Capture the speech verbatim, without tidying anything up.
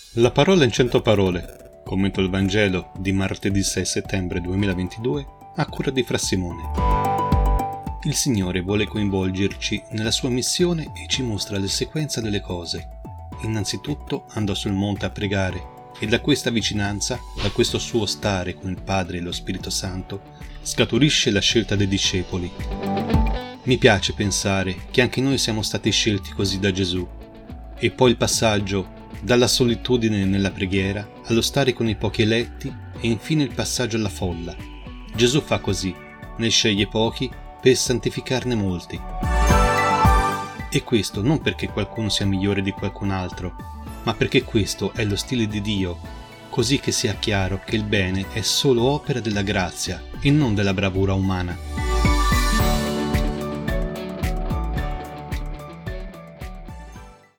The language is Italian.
La parola in cento parole. Commento il Vangelo di martedì sei settembre duemilaventidue a cura di Fra Simone. Il Signore vuole coinvolgerci nella sua missione e ci mostra la sequenza delle cose. Innanzitutto andò sul monte a pregare e da questa vicinanza, da questo suo stare con il Padre e lo Spirito Santo, scaturisce la scelta dei discepoli. Mi piace pensare che anche noi siamo stati scelti così da Gesù. E poi il passaggio dalla solitudine nella preghiera allo stare con i pochi eletti e infine il passaggio alla folla. Gesù fa così, ne sceglie pochi per santificarne molti. E questo non perché qualcuno sia migliore di qualcun altro, ma perché questo è lo stile di Dio, così che sia chiaro che il bene è solo opera della grazia e non della bravura umana.